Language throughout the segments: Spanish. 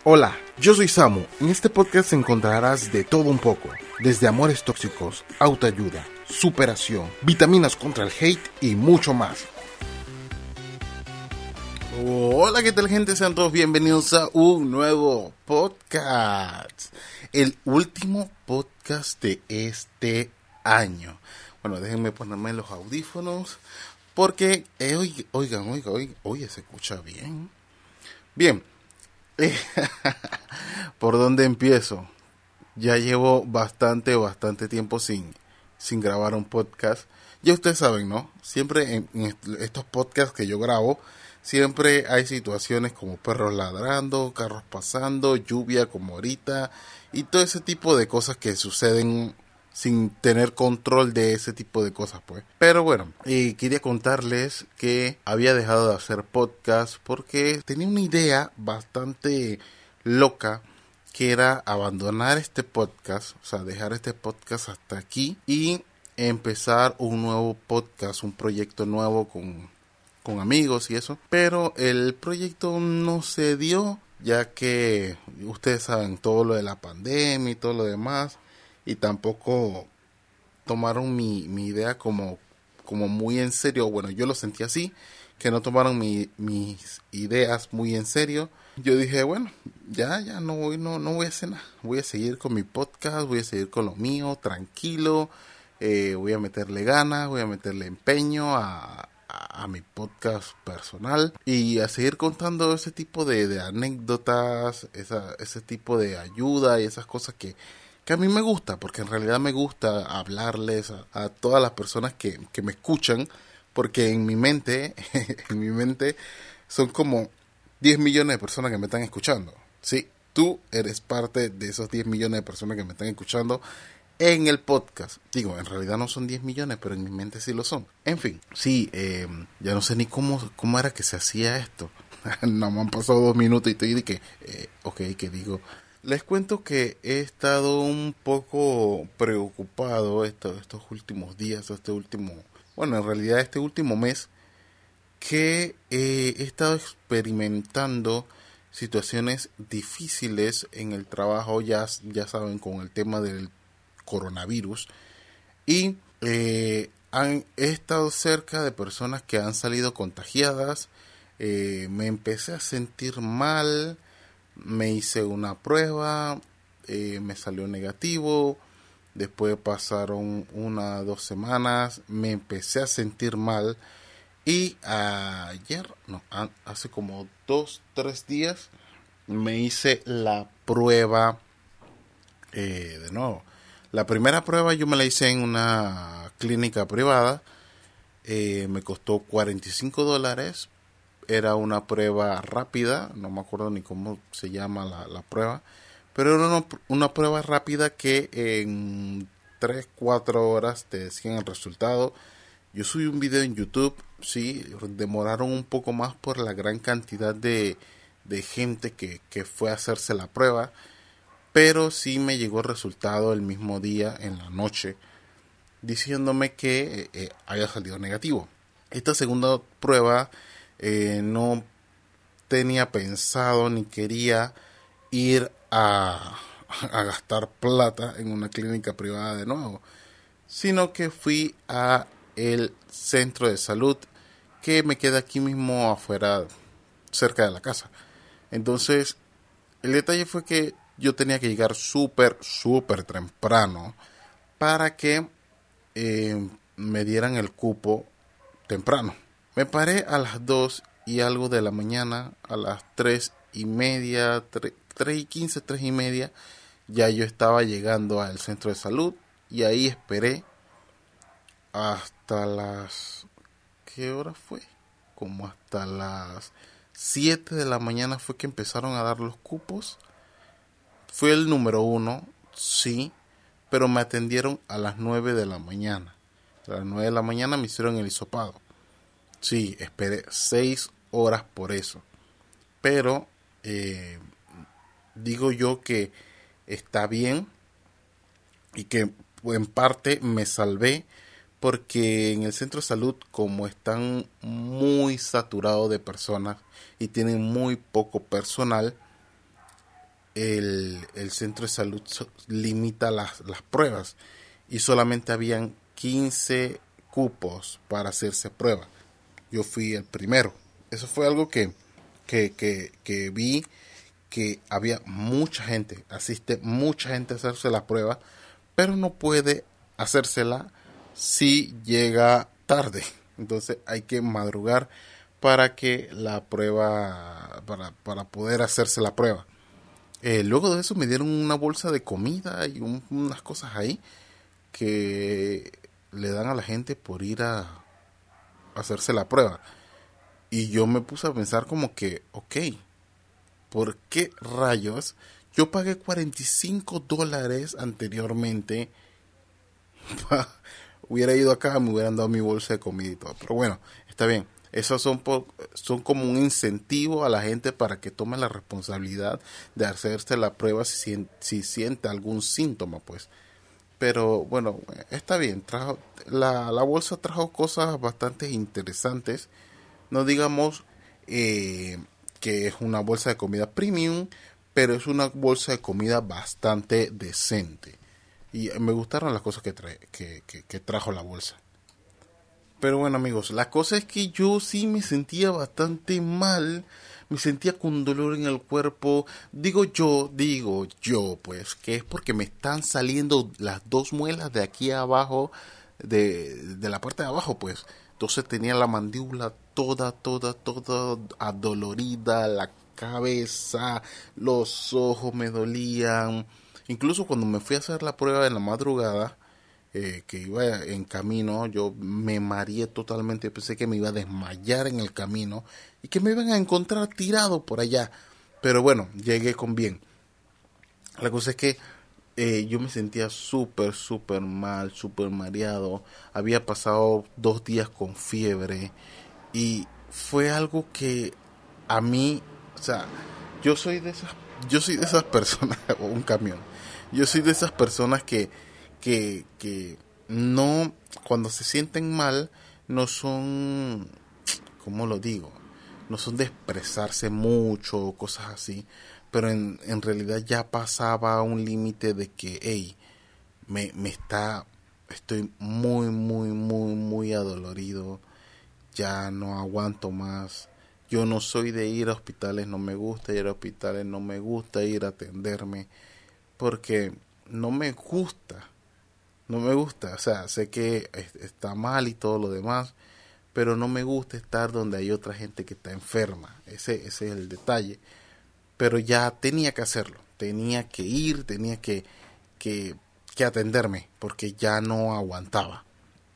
Hola, yo soy Samu. En este podcast encontrarás de todo un poco, desde amores tóxicos, autoayuda, superación, vitaminas contra el hate y mucho más. Hola, ¿qué tal, gente? Sean todos bienvenidos a un nuevo podcast. El último podcast de este año. Bueno, déjenme ponerme los audífonos porque, oigan, se escucha bien. Bien. ¿Por dónde empiezo? Ya llevo bastante tiempo sin grabar un podcast. Ya ustedes saben, ¿no? Siempre en estos podcasts que yo grabo, siempre hay situaciones como perros ladrando, carros pasando, lluvia como ahorita, y todo ese tipo de cosas que suceden sin tener control de ese tipo de cosas, pues. Pero bueno, quería contarles que había dejado de hacer podcast porque tenía una idea bastante loca, que era abandonar este podcast, o sea, dejar este podcast hasta aquí y empezar un nuevo podcast, un proyecto nuevo con amigos y eso. Pero el proyecto no se dio, ya que ustedes saben todo lo de la pandemia y todo lo demás, y tampoco tomaron mi idea como muy en serio. Bueno, yo lo sentí así, que no tomaron mis ideas muy en serio. Yo dije, bueno, ya no voy a hacer nada. Voy a seguir con mi podcast, voy a seguir con lo mío, tranquilo. Voy a meterle ganas, voy a meterle empeño a mi podcast personal y a seguir contando ese tipo de anécdotas, ese tipo de ayuda y esas cosas que a mí me gusta, porque en realidad me gusta hablarles a todas las personas que me escuchan, porque en mi mente, son como 10 millones de personas que me están escuchando. Sí, tú eres parte de esos 10 millones de personas que me están escuchando en el podcast. Digo, en realidad no son 10 millones, pero en mi mente sí lo son. En fin, sí, ya no sé ni cómo era que se hacía esto. No me han pasado 2 minutos y estoy de que, que digo. Les cuento que he estado un poco preocupado estos últimos días, en realidad este último mes, que he estado experimentando situaciones difíciles en el trabajo, ya saben, con el tema del coronavirus, y he estado cerca de personas que han salido contagiadas. Me empecé a sentir mal. Me hice una prueba, me salió negativo. Después pasaron 2 semanas, me empecé a sentir mal. Y hace como 2-3 días, me hice la prueba de nuevo. La primera prueba yo me la hice en una clínica privada. Me costó $45. Era una prueba rápida, no me acuerdo ni cómo se llama la prueba, pero era una prueba rápida que en 3-4 horas te decían el resultado. Yo subí un video en YouTube, sí, demoraron un poco más por la gran cantidad de gente que fue a hacerse la prueba, pero sí me llegó el resultado el mismo día en la noche, diciéndome que había salido negativo. Esta segunda prueba no tenía pensado ni quería ir a gastar plata en una clínica privada de nuevo, sino que fui a el centro de salud que me queda aquí mismo afuera, cerca de la casa. Entonces, el detalle fue que yo tenía que llegar súper temprano para que me dieran el cupo temprano. Me paré a las 2 y algo de la mañana, a las 3:30, 3:15, 3:30, ya yo estaba llegando al centro de salud y ahí esperé hasta las... ¿Qué hora fue? Como hasta las 7 de la mañana fue que empezaron a dar los cupos. Fui el número 1, sí, pero me atendieron a las 9 de la mañana. A las 9 de la mañana me hicieron el hisopado. Sí, esperé 6 horas por eso. Pero digo yo que está bien y que en parte me salvé, porque en el centro de salud, como están muy saturados de personas y tienen muy poco personal, el centro de salud limita las pruebas y solamente habían 15 cupos para hacerse prueba. Yo fui el primero. Eso fue algo que vi, que había mucha gente, asiste mucha gente a hacerse la prueba, pero no puede hacérsela si llega tarde. Entonces hay que madrugar para que la prueba, para poder hacerse la prueba. Luego de eso me dieron una bolsa de comida y unas cosas ahí que le dan a la gente por ir a hacerse la prueba. Y yo me puse a pensar como que, ok, ¿por qué rayos yo pagué $45 anteriormente? Hubiera ido acá, me hubieran dado mi bolsa de comida y todo. Pero bueno, está bien. Esos son como un incentivo a la gente para que tome la responsabilidad de hacerse la prueba si siente algún síntoma, pues. Pero bueno, está bien. La bolsa trajo cosas bastante interesantes. No digamos que es una bolsa de comida premium, pero es una bolsa de comida bastante decente. Y me gustaron las cosas que trajo la bolsa. Pero bueno, amigos, la cosa es que yo sí me sentía bastante mal. Me sentía con dolor en el cuerpo. Digo yo, pues, que es porque me están saliendo las dos muelas de aquí abajo, de la parte de abajo, pues. Entonces tenía la mandíbula toda adolorida, la cabeza, los ojos me dolían. Incluso cuando me fui a hacer la prueba en la madrugada, que iba en camino, yo me mareé totalmente. Pensé que me iba a desmayar en el camino y que me iban a encontrar tirado por allá. Pero bueno, llegué con bien. La cosa es que yo me sentía súper mal, súper mareado. Había pasado 2 días con fiebre y fue algo que a mí, o sea, yo soy de esas personas, o un camión. Yo soy de esas personas que no, cuando se sienten mal, no son, ¿cómo lo digo? No son de expresarse mucho, cosas así, pero en realidad ya pasaba un límite de que, hey, estoy muy adolorido, ya no aguanto más. Yo no soy de ir a hospitales, no me gusta ir a hospitales, no me gusta ir a atenderme, porque no me gusta, o sea, sé que está mal y todo lo demás, pero no me gusta estar donde hay otra gente que está enferma. Ese es el detalle. Pero ya tenía que hacerlo, tenía que ir, tenía que atenderme, porque ya no aguantaba.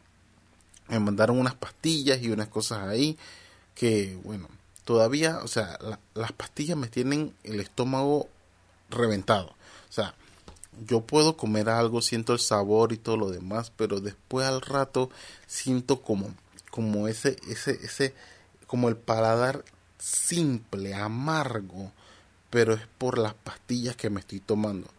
Me mandaron unas pastillas y unas cosas ahí que, bueno, todavía, o sea, las pastillas me tienen el estómago reventado. O sea, yo puedo comer algo, siento el sabor y todo lo demás, pero después al rato siento como como el paladar simple, amargo, pero es por las pastillas que me estoy tomando.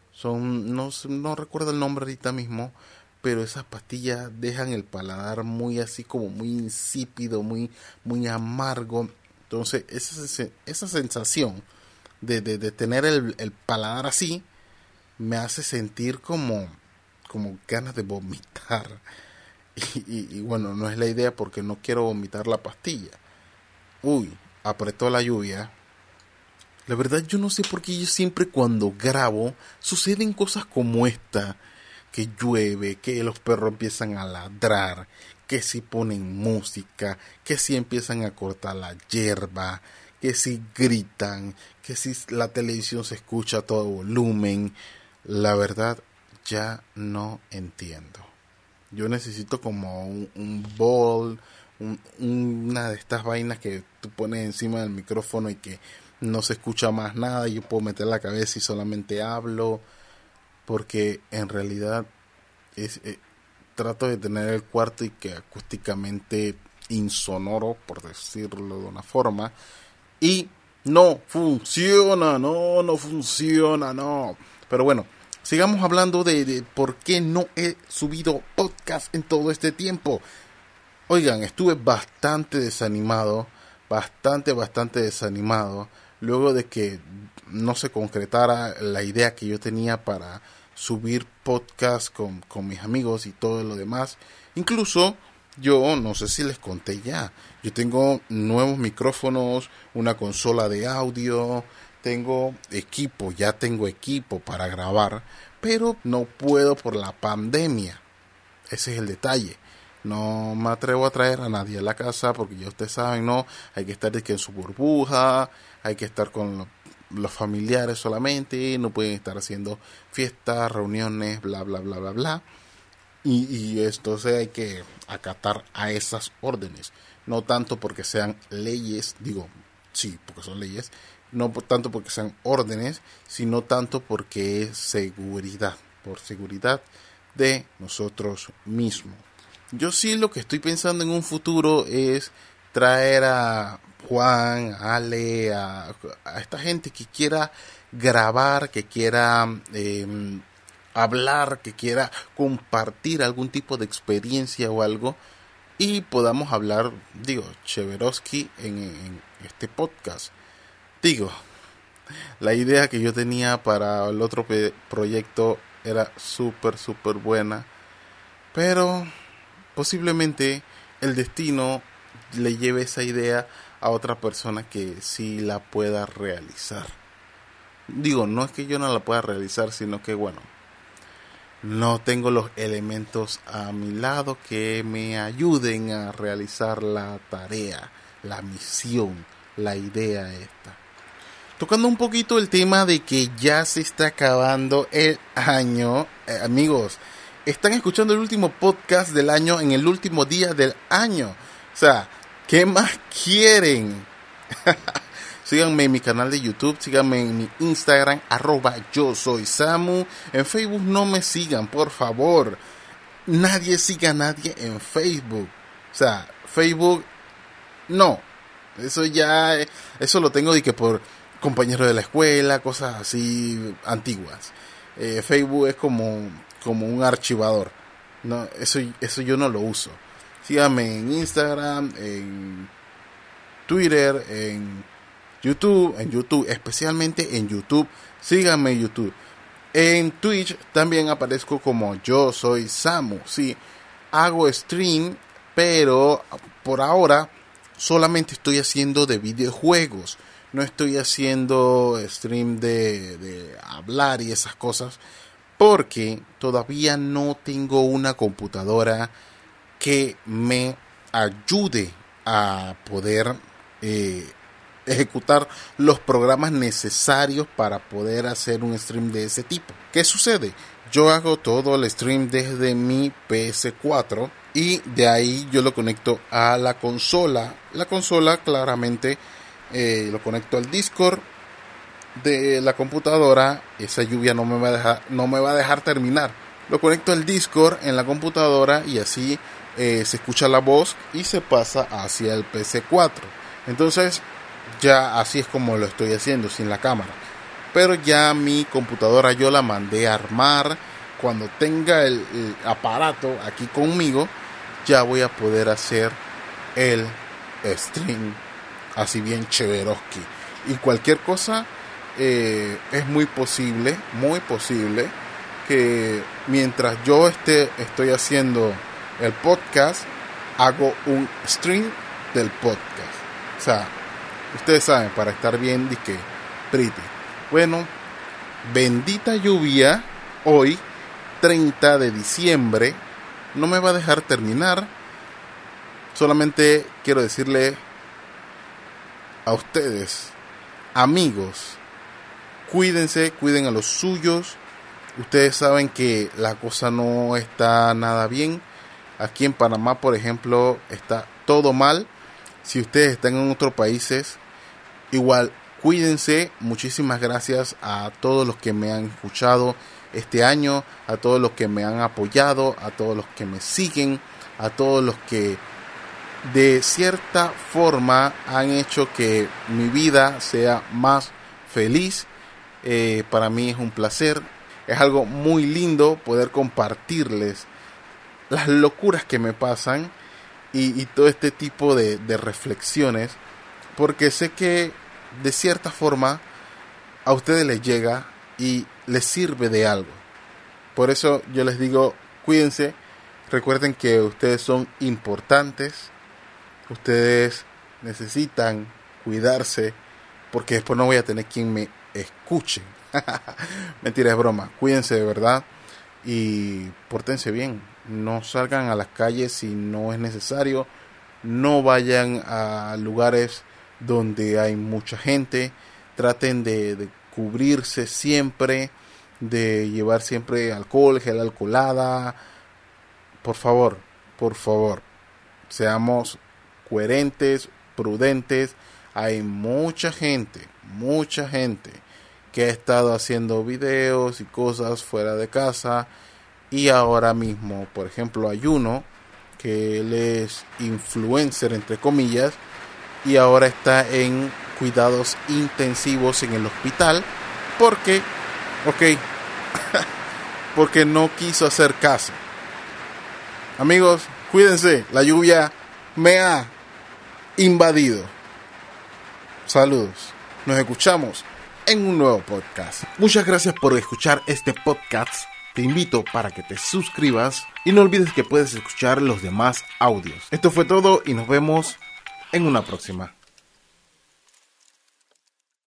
No recuerdo el nombre ahorita mismo, pero esas pastillas dejan el paladar muy así como muy insípido, muy amargo. Entonces esa sensación de tener el paladar así me hace sentir como ganas de vomitar. Y bueno, no es la idea porque no quiero vomitar la pastilla. Uy, apretó la lluvia. La verdad yo no sé por qué yo siempre cuando grabo suceden cosas como esta. Que llueve, que los perros empiezan a ladrar, que si ponen música, que si empiezan a cortar la hierba, que si gritan, que si la televisión se escucha a todo volumen. La verdad ya no entiendo. Yo necesito como un bowl, una de estas vainas que tú pones encima del micrófono y que no se escucha más nada. Yo puedo meter la cabeza y solamente hablo, porque en realidad trato de tener el cuarto y que acústicamente insonoro, por decirlo de una forma, y no funciona, no funciona, no. Pero bueno, sigamos hablando de por qué no he subido podcast en todo este tiempo. Oigan, estuve bastante desanimado, bastante desanimado, luego de que no se concretara la idea que yo tenía para subir podcast con mis amigos y todo lo demás. Incluso yo no sé si les conté ya, yo tengo nuevos micrófonos, una consola de audio, ya tengo equipo para grabar, pero no puedo por la pandemia. Ese es el detalle. No me atrevo a traer a nadie a la casa porque ya ustedes saben, ¿no? Hay que estar en su burbuja, hay que estar con los familiares solamente, no pueden estar haciendo fiestas, reuniones, bla, bla, bla, bla, bla. Y entonces hay que acatar a esas órdenes. No tanto porque sean leyes, digo, sí, porque son leyes, no tanto porque sean órdenes, sino tanto porque es seguridad, por seguridad de nosotros mismos. Yo sí lo que estoy pensando en un futuro es traer a Juan, a Ale, a esta gente que quiera grabar, que quiera hablar, que quiera compartir algún tipo de experiencia o algo y podamos hablar, digo, Cheverosky en este podcast. Digo, la idea que yo tenía para el otro proyecto era súper buena, pero posiblemente el destino le lleve esa idea a otra persona que sí la pueda realizar. Digo, no es que yo no la pueda realizar, sino que bueno, no tengo los elementos a mi lado que me ayuden a realizar la tarea, la misión, la idea esta. Tocando un poquito el tema de que ya se está acabando el año, amigos, están escuchando el último podcast del año en el último día del año. O sea, ¿qué más quieren? Síganme en mi canal de YouTube, síganme en mi Instagram, @yosoysamu. En Facebook no me sigan, por favor. Nadie siga a nadie en Facebook. O sea, Facebook, no. Eso lo tengo de que por compañeros de la escuela, cosas así antiguas. Facebook es como un archivador. No, eso yo no lo uso. Síganme en Instagram, en Twitter, en YouTube, especialmente en YouTube. Síganme en YouTube. En Twitch también aparezco como Yo Soy Samu. Sí, hago stream, pero por ahora solamente estoy haciendo de videojuegos. No estoy haciendo stream de hablar y esas cosas, porque todavía no tengo una computadora que me ayude a poder ejecutar los programas necesarios para poder hacer un stream de ese tipo. ¿Qué sucede? Yo hago todo el stream desde mi PS4 y de ahí yo lo conecto a la consola. La consola claramente lo conecto al Discord de la computadora. Esa lluvia no me va a dejar terminar. Lo conecto al Discord en la computadora y así se escucha la voz y se pasa hacia el PS4. Entonces ya así es como lo estoy haciendo, sin la cámara. Pero ya mi computadora yo la mandé a armar. Cuando tenga el aparato aquí conmigo, ya voy a poder hacer el stream así bien Cheverosky. Y cualquier cosa, es muy posible que mientras yo estoy haciendo el podcast, hago un stream del podcast. O sea, ustedes saben, para estar bien disque pretty. Bueno, bendita lluvia hoy 30 de diciembre no me va a dejar terminar. Solamente quiero decirle a ustedes, amigos, cuídense, cuiden a los suyos. Ustedes saben que la cosa no está nada bien. Aquí en Panamá, por ejemplo, está todo mal. Si ustedes están en otros países, igual cuídense. Muchísimas gracias a todos los que me han escuchado este año, a todos los que me han apoyado, a todos los que me siguen, a todos los que de cierta forma han hecho que mi vida sea más feliz. Para mí es un placer, es algo muy lindo poder compartirles las locuras que me pasan y todo este tipo de reflexiones, porque sé que de cierta forma a ustedes les llega y les sirve de algo. Por eso yo les digo, cuídense, recuerden que ustedes son importantes, ustedes necesitan cuidarse, porque después no voy a tener quien me escuche. Mentira, es broma. Cuídense de verdad y pórtense bien. No salgan a las calles si no es necesario. No vayan a lugares donde hay mucha gente. Traten de cubrirse siempre, de llevar siempre alcohol, gel alcoholada. Por favor, seamos coherentes, prudentes. Hay mucha gente que ha estado haciendo videos y cosas fuera de casa, y ahora mismo, por ejemplo, hay uno que él es influencer entre comillas y ahora está en cuidados intensivos en el hospital porque porque no quiso hacer caso. Amigos, cuídense, la lluvia me ha invadido. Saludos, nos escuchamos en un nuevo podcast. Muchas gracias por escuchar este podcast. Te invito para que te suscribas y no olvides que puedes escuchar los demás audios. Esto fue todo y nos vemos en una próxima.